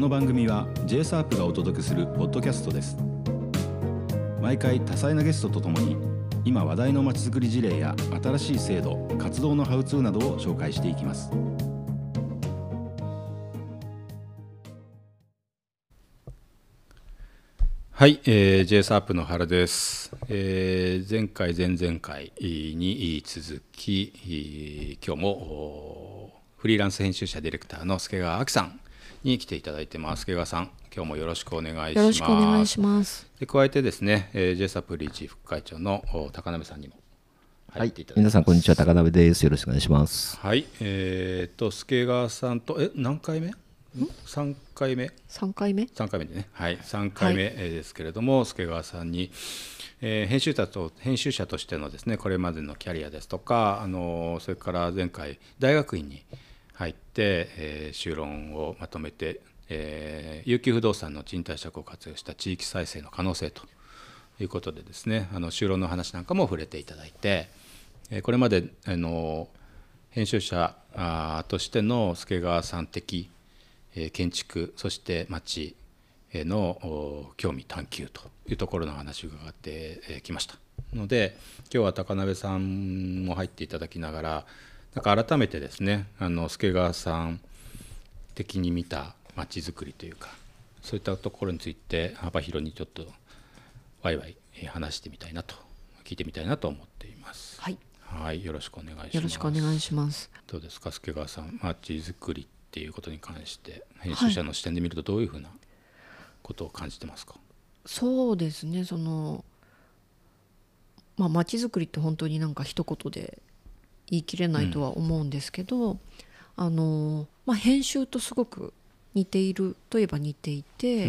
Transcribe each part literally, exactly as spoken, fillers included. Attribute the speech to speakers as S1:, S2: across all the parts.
S1: の番組は ジェイエスエーピー がお届けするポッドキャストです。毎回多彩なゲストとともに今話題のまちづくり事例や新しい制度、活動のハウツーなどを紹介していきます。はい、えー、ジェイエスエーピー の原です。えー、前回前々回に続き今日もフリーランス編集者ディレクターの助川亜希さんに来ていただいてます。助川さん、今日もよろしくお願いします。
S2: よろしくお願いします。
S1: で加えてですね、えー、ジェイエスエーピー リーチ副会長の高鍋さんにも入っていただいてます。
S3: はい、皆さんこんにちは、高鍋です。よろしくお願いします。
S1: はい、えー、と助川さんとえ何回目？さんかいめ
S2: さんかいめ
S1: さんかいめでね、はい、さんかいめですけれども、はい、助川さんに、えー、編集者と編集者としてのですね、これまでのキャリアですとか、あのそれから前回大学院に入って、えー、修論をまとめて、えー、有機不動産の賃貸借を活用した地域再生の可能性ということでですね、あの修論の話なんかも触れていただいて、えー、これまであの編集者あとしての助川さん的建築、そして町への興味探求というところの話を伺ってきましたので、今日は高鍋さんも入っていただきながら、なんか改めてですね、あの助川さん的に見た町づくりというか、そういったところについて幅広にちょっとワイワイ話してみたいなと、聞いてみたいなと思っています。
S2: はい、
S1: はい、よろしくお願いします。
S2: よろしくお願いします。
S1: どうですか、助川さん、町づくりっていうことに関して編集者の視点で見るとどういうふうなことを感じてますか？
S2: はい、そうですね、そのまあ町づくりって本当になんか一言で言い切れないとは思うんですけど、うん、あのまあ、編集とすごく似ているといえば似ていて、うん、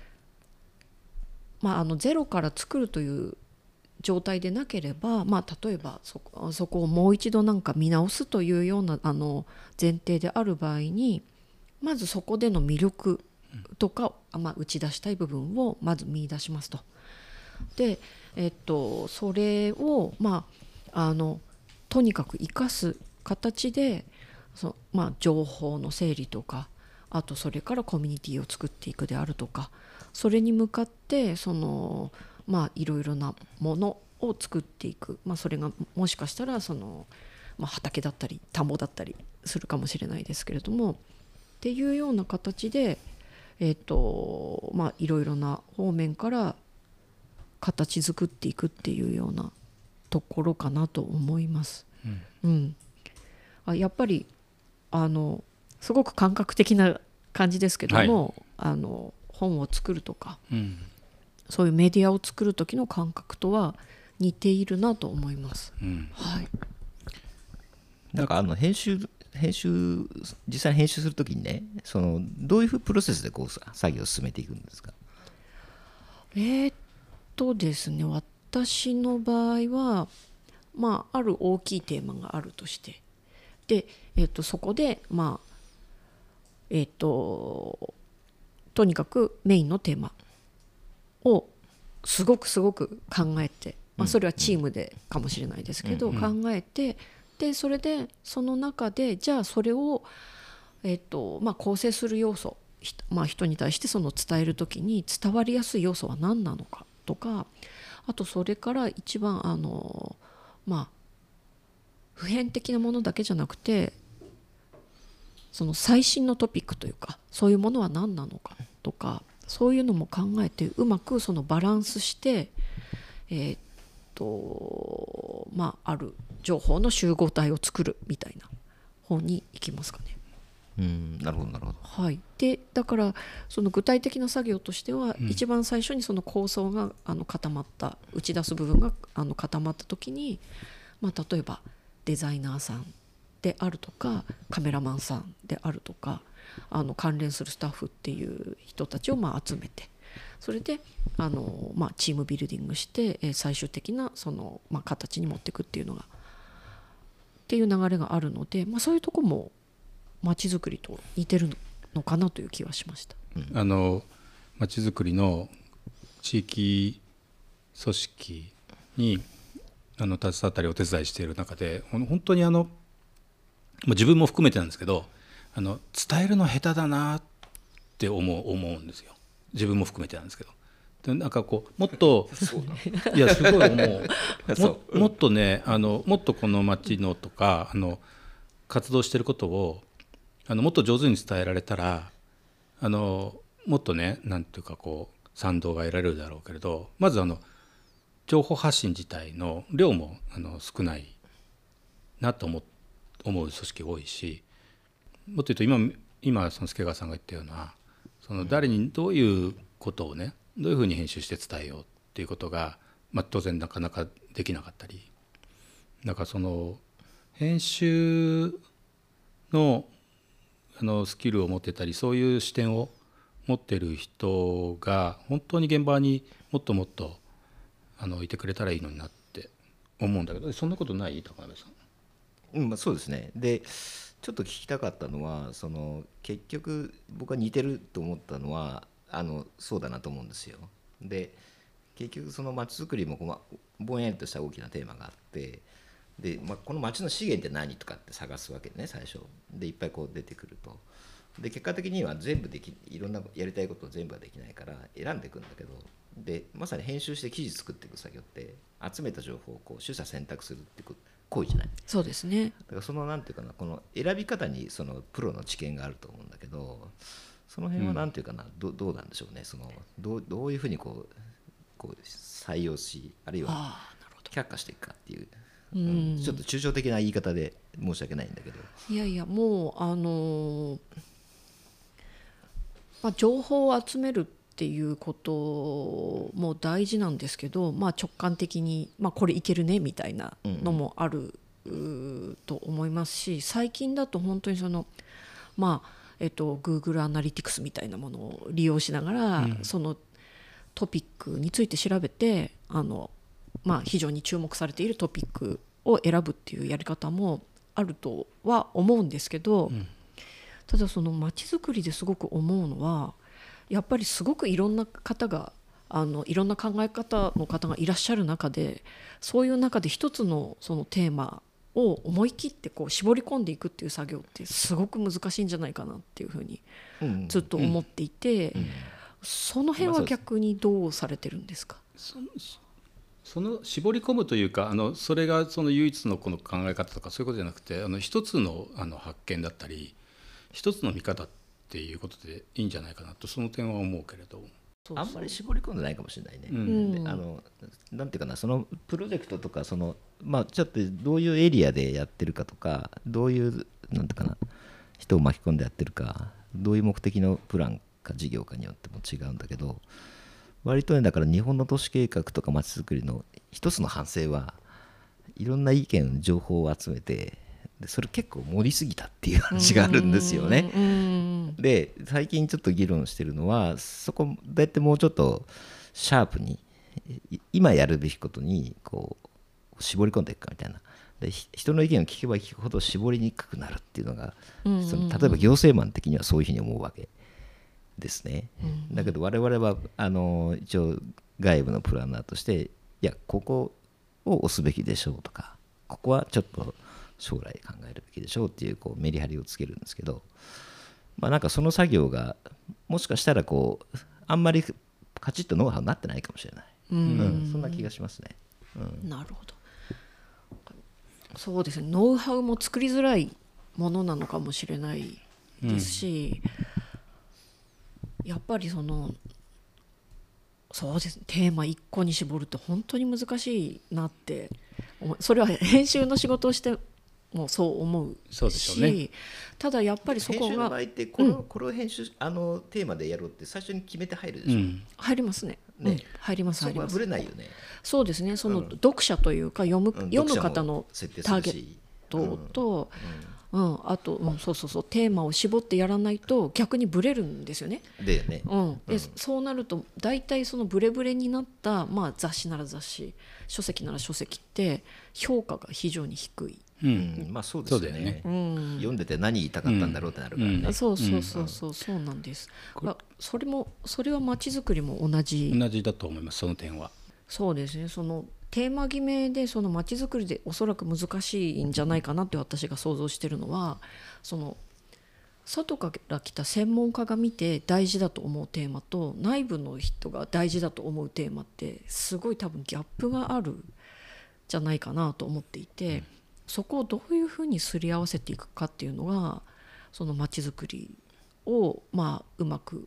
S2: まあ、あのゼロから作るという状態でなければ、まあ、例えば そ, そこをもう一度なんか見直すというようなあの前提である場合に、まずそこでの魅力とか、まあ、打ち出したい部分をまず見出しますと。で、えっと、それを、まあ、あのとにかく生かす形でそ、まあ、情報の整理とか、あとそれからコミュニティを作っていくであるとか、それに向かってそのまあいろいろなものを作っていく、まあ、それがもしかしたらその、まあ、畑だったり田んぼだったりするかもしれないですけれども、っていうような形で、えーとまあ、いろいろな方面から形作っていくっていうようなところかなと思います。うんうん、あやっぱりあのすごく感覚的な感じですけども、はい、あの本を作るとか、うん、そういうメディアを作る時の感覚とは似ているなと思います。うん、はい。
S3: なんかあの編集編集実際に編集するときにね、そのどういうプロセスでこう作業を進めていくんですか？
S2: えー、っとですね、私の場合は、まあ、ある大きいテーマがあるとして、で、えー、っとそこで、まあえー、っととにかくメインのテーマをすごくすごく考えて、まあ、それはチームでかもしれないですけど、うんうん、考えて、でそれでその中でじゃあそれを、えーとまあ、構成する要素、まあ、人に対してその伝えるときに伝わりやすい要素は何なのかとか、あとそれから一番あの、まあ、普遍的なものだけじゃなくてその最新のトピックというか、そういうものは何なのかとか、そういうのも考えてうまくそのバランスして、えーとまあ、ある情報の集合体を作るみたいな方に行きますかね。
S3: うん、なるほどなるほど。
S2: はい、でだからその具体的な作業としては、うん、一番最初にその構想があの固まった打ち出す部分があの固まった時に、まあ、例えばデザイナーさんであるとかカメラマンさんであるとか、あの関連するスタッフっていう人たちをまあ集めて、それであの、まあ、チームビルディングして、えー、最終的なその、まあ、形に持っていくっていうのがっていう流れがあるので、まあ、そういうとこも街づくりと似てるのかなという気はしました。
S1: うん、あの街づくりの地域組織にあの携わったりお手伝いしている中で、本当にあの自分も含めてなんですけど、あの伝えるの下手だなっって思う思うんですよ。自分も含めてなんですけど。でなんかこうもっといやすごい思うも, もっとねあのもっとこの町のとかあの活動してることをあのもっと上手に伝えられたらあのもっとねなんていうかこう賛同が得られるだろうけれど、まずあの情報発信自体の量もあの少ないなと思思う組織多いし、もっと言うと今今その助川さんが言ったようなその誰にどういうことをねどういうふうに編集して伝えようっていうことが、まあ、当然なかなかできなかったり、なんかその編集の、あのスキルを持ってたりそういう視点を持ってる人が本当に現場にもっともっとあのいてくれたらいいのになって思うんだけど、そんなことない高鍋さん。
S3: うんまあ、そうですね。でちょっと聞きたかったのはその結局僕は似てると思ったのはあのそうだなと思うんですよ。で結局その街づくりも、まあ、ぼんやりとした大きなテーマがあってで、まあ、この街の資源って何とかって探すわけでね最初でいっぱいこう出てくるとで結果的には全部できいろんなやりたいことを全部はできないから選んでいくんだけどでまさに編集して記事作っていく作業って集めた情報をこう取捨選択するっていう行為じゃない。
S2: そうですね。
S3: だからそのなんていうかなこの選び方にそのプロの知見があると思うんだけどその辺はなんていうかな、うん、ど, どうなんでしょうね。そのどうどういうふうにこうこう採用しあるいは却下していくかっていう、うん、ちょっと抽象的な言い方で申し訳ないんだけど
S2: いやいやもうあのーまあ、情報を集めるっていうことも大事なんですけど、まあ、直感的に、まあ、これいけるねみたいなのもある、うん、と思いますし最近だと本当にそのまあえっと Google アナリティクスみたいなものを利用しながら、うん、そのトピックについて調べてあの、まあ、非常に注目されているトピックを選ぶっていうやり方もあるとは思うんですけど、うん、ただその街づくりですごく思うのはやっぱりすごくいろんな方があのいろんな考え方の方がいらっしゃる中でそういう中で一つのそのテーマを思い切ってこう絞り込んでいくっていう作業ってすごく難しいんじゃないかなっていうふうにずっと思っていて、うんうん、その辺は逆にどうされてるんですか。
S1: その、その絞り込むというかあのそれがその唯一のこの考え方とかそういうことじゃなくてあの一つの、あの発見だったり一つの見方っていうことでいいんじゃないかなとその点は思うけれど
S3: そうそうあんまり絞り込んでないかもしれないね、うん、であのなんていうかなそのプロジェクトとかその、まあ、ちょっとどういうエリアでやってるかとかどういうなんていうかな人を巻き込んでやってるかどういう目的のプランか事業かによっても違うんだけど割とねだから日本の都市計画とかまちづくりの一つの反省はいろんな意見情報を集めてでそれ結構盛りすぎたっていう話があるんですよね。で最近ちょっと議論してるのはそこどうやってもうちょっとシャープに今やるべきことにこう絞り込んでいくかみたいなで人の意見を聞けば聞くほど絞りにくくなるっていうのがその例えば行政マン的にはそういうふうに思うわけですね。だけど我々はあの一応外部のプランナーとしていやここを押すべきでしょうとかここはちょっと将来考えるべきでしょうっていうこうメリハリをつけるんですけど、まあ、なんかその作業がもしかしたらこうあんまりカチッとノウハウになってないかもしれない、うんうん、そんな気がしますね、
S2: うん、なるほど。そうですねノウハウも作りづらいものなのかもしれないですし、うん、やっぱりそのそうですねテーマいっこに絞るって本当に難しいなってそれは編集の仕事をしてもうそう思うし、
S1: そうでしょうね、
S2: ただやっぱりそこが
S3: 編集の場合ってこの、うん、これを編集あのテーマでやろうって最初に決めて入るでしょ、うん、
S2: 入りますね、ね、うん、入ります入ります。
S3: そこはぶれないよね。
S2: そうですねその読者というか読む、うん、読む方のターゲットと、うんうん、あと、うん、そうそうそうテーマを絞ってやらないと逆にブレるんですよね。
S3: だよね、
S2: うんでうん、そうなると大体そのブレブレになった、まあ、雑誌なら雑誌書籍なら書籍って評価が非常に低い。
S3: うん、まあそうですよね、うん、読んでて何言いたかったんだろうってなるからね、うんうん、
S2: そうそうそうそうそうなんです、うん、それもそれは街づくりも同じ
S1: 同じだと思います。その点は
S2: そうですねそのテーマ決めでその街づくりでおそらく難しいんじゃないかなって私が想像してるのはその外から来た専門家が見て大事だと思うテーマと内部の人が大事だと思うテーマってすごい多分ギャップがあるじゃないかなと思っていて、うん、そこをどういうふうにすり合わせていくかっていうのがその街づくりをまあうまく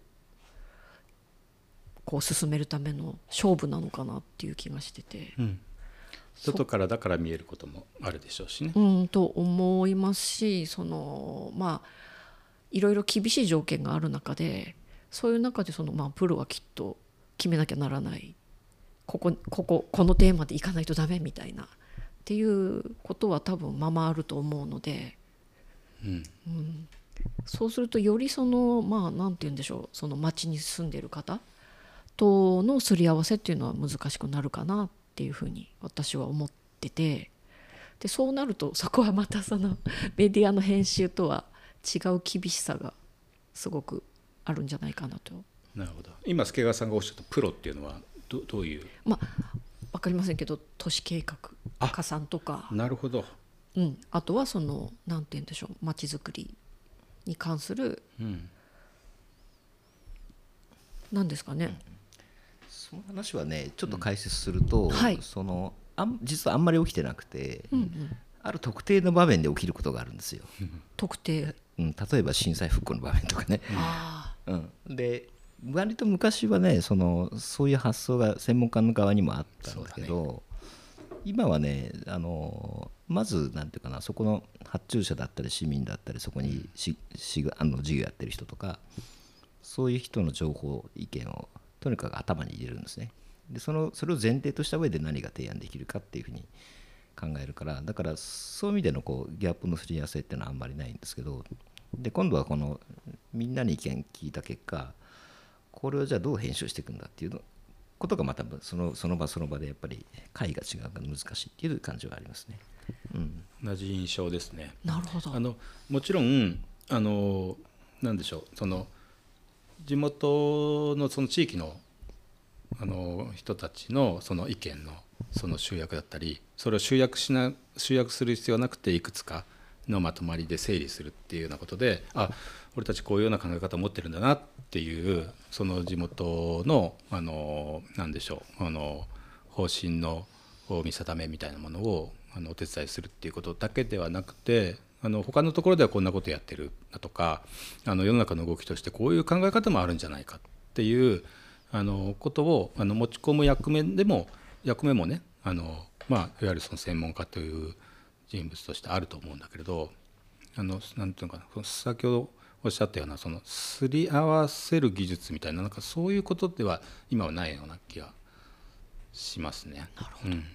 S2: こう進めるための勝負なのかなっていう気がしてて、うん、
S1: 外からだから見えることもあるでしょうしね。
S2: うんと思いますし、そのまあいろいろ厳しい条件がある中でそういう中でその、まあ、プロはきっと決めなきゃならない、こここここのテーマでいかないとダメみたいなっていうことは多分ままあると思うので、うんうん、そうするとよりそのまあなんて言うんでしょう、その町に住んでいる方とのすり合わせっていうのは難しくなるかなっていうふうに私は思ってて、でそうなるとそこはまたそのメディアの編集とは違う厳しさがすごくあるんじゃないかなと。
S1: なるほど。今助川さんがおっしゃったプロっていうのは ど, どういう、
S2: まあ、分かりませんけど都市計画加算とか、
S1: なるほど、
S2: うん、あとはそのなんて言うんでしょう、街づくりに関する、うん、なんですかね、うん、
S3: その話はねちょっと解説すると、うんはい、そのあん実はあんまり起きてなくて、うんうん、ある特定の場面で起きることがあるんですよ。
S2: 特定、
S3: うん、例えば震災復興の場面とかね、うん、で割と昔はね そのそういう発想が専門家の側にもあったんだけど、ね、今はねあのまずなんていうかな、そこの発注者だったり市民だったりそこにししあの事業やってる人とかそういう人の情報意見をとにかく頭に入れるんですね。で そのそれを前提とした上で何が提案できるかっていうふうに考えるから、だからそういう意味でのこうギャップのすり合わせっていうのはあんまりないんですけど、で今度はこのみんなに意見聞いた結果、これをじゃあどう編集していくんだっていうことがまたそのその場その場でやっぱり解が違うから難しいっていう感じはありますね。うん、
S1: 同じ印象ですね。
S2: なるほど。
S1: あのもちろんあのなんでしょう、その地元のその地域のあの人たちのその意見のその集約だったり、それを集約しな集約する必要はなくていくつかのまとまりで整理するっていうようなことで、あ、俺たちこういうような考え方を持ってるんだなっていうその地元のあのなんでしょう、あの方針の見定めみたいなものをあのお手伝いするっていうことだけではなくて、あの他のところではこんなことやってるだとか、あの世の中の動きとしてこういう考え方もあるんじゃないかっていうあのことをあの持ち込む役目でも役目もね、あの、まあ、いわゆるその専門家という人物としてあると思うんだけれど、あのなんていうのかな、先ほどおっしゃったようなそのすり合わせる技術みたいな、なんかそういうことでは今はないような気がしますね。
S2: なるほど、うん、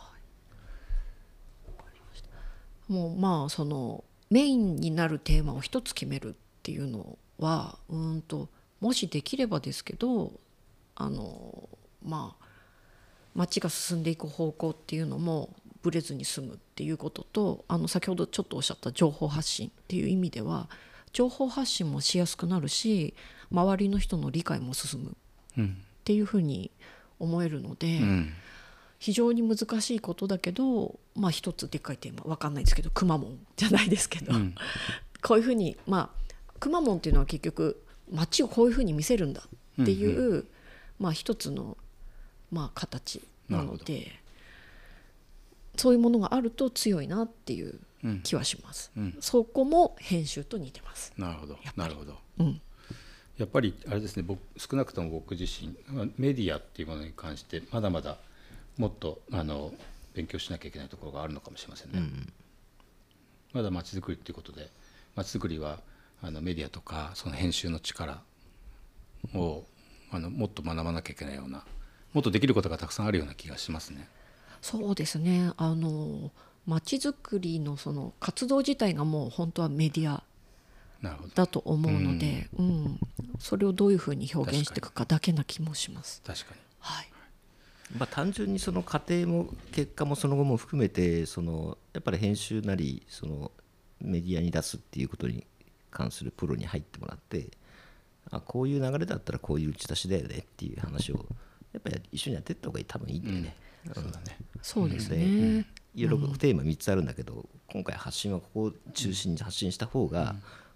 S2: もうまあそのメインになるテーマを一つ決めるっていうのはうんともしできればですけど、あのまあ街が進んでいく方向っていうのもブレずに済むっていうことと、あの先ほどちょっとおっしゃった情報発信っていう意味では情報発信もしやすくなるし、周りの人の理解も進むっていうふうに思えるので、うん、非常に難しいことだけど、まあ一つでっかいテーマ分かんないですけどくまモンじゃないですけど、うん、こういうふうにまあくまモンっていうのは結局街をこういうふうに見せるんだっていう、うんうん、まあ一つのまあ形なので、そういうものがあると強いなっていう気はします、うんうん、そこも編集と似てます。
S1: なるほどなるほど、うん、やっぱりあれですね、僕少なくとも僕自身メディアっていうものに関してまだまだもっとあの勉強しなきゃいけないところがあるのかもしれませんね、うん、まだまちづくりっていうことで、まちづくりはあのメディアとかその編集の力をあのもっと学ばなきゃいけないような、もっとできることがたくさんあるような気がしますね。
S2: そうですね、あのまちづくりのその活動自体がもう本当はメディアだと思うので、うんうん、それをどういうふうに表現していくかだけな気もします。
S1: 確かに、
S2: はい、
S3: まあ、単純にその過程も結果もその後も含めてそのやっぱり編集なりそのメディアに出すっていうことに関するプロに入ってもらって、あこういう流れだったらこういう打ち出しだよねっていう話をやっぱり一緒にやっていった方が多分いいんだよね、
S2: うん、そうだね、そうですね、
S3: うん、いろいろテーマみっつあるんだけど、うん、今回発信はここを中心に発信した方が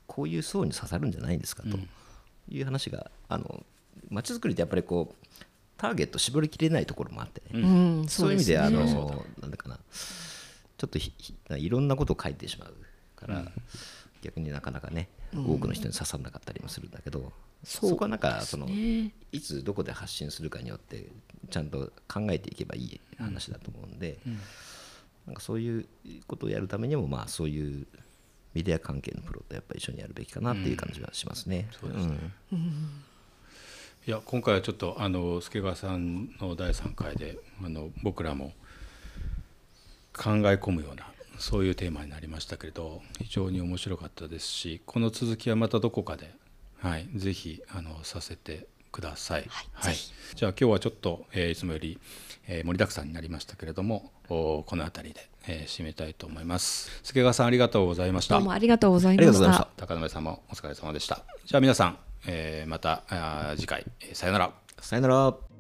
S3: こういう層に刺さるんじゃないですかという話が、あの街づくりってやっぱりこうターゲット絞りきれないところもあってね、
S2: うん、
S3: そういう意味で、あ
S2: そう
S3: のなんだかな、ちょっとひひいろんなことを書いてしまうから、逆になかなかね、多くの人に刺さらなかったりもするんだけど、そこはなんかそのいつどこで発信するかによってちゃんと考えていけばいい話だと思うんで、なんかそういうことをやるためにも、まあそういうメディア関係のプロとやっぱり一緒にやるべきかなっていう感じはしますね。
S1: そうですね。いや今回はちょっとあの助川さんのだいさんかいであの僕らも考え込むようなそういうテーマになりましたけれど、非常に面白かったですし、この続きはまたどこかで、はい、ぜひあのさせてください。
S2: はい
S1: はい、じゃあ今日はちょっと、えー、いつもより、えー、盛りだくさんになりましたけれども、この辺りで、えー、締めたいと思います。助川さんありがとうございました。
S2: どうもありがとうございまし
S3: ありがとうございま
S2: た
S3: した。
S1: 高野さんもお疲れ様でした。じゃあ皆さん、えー、またあ次回、えーさよなら。
S3: さよなら。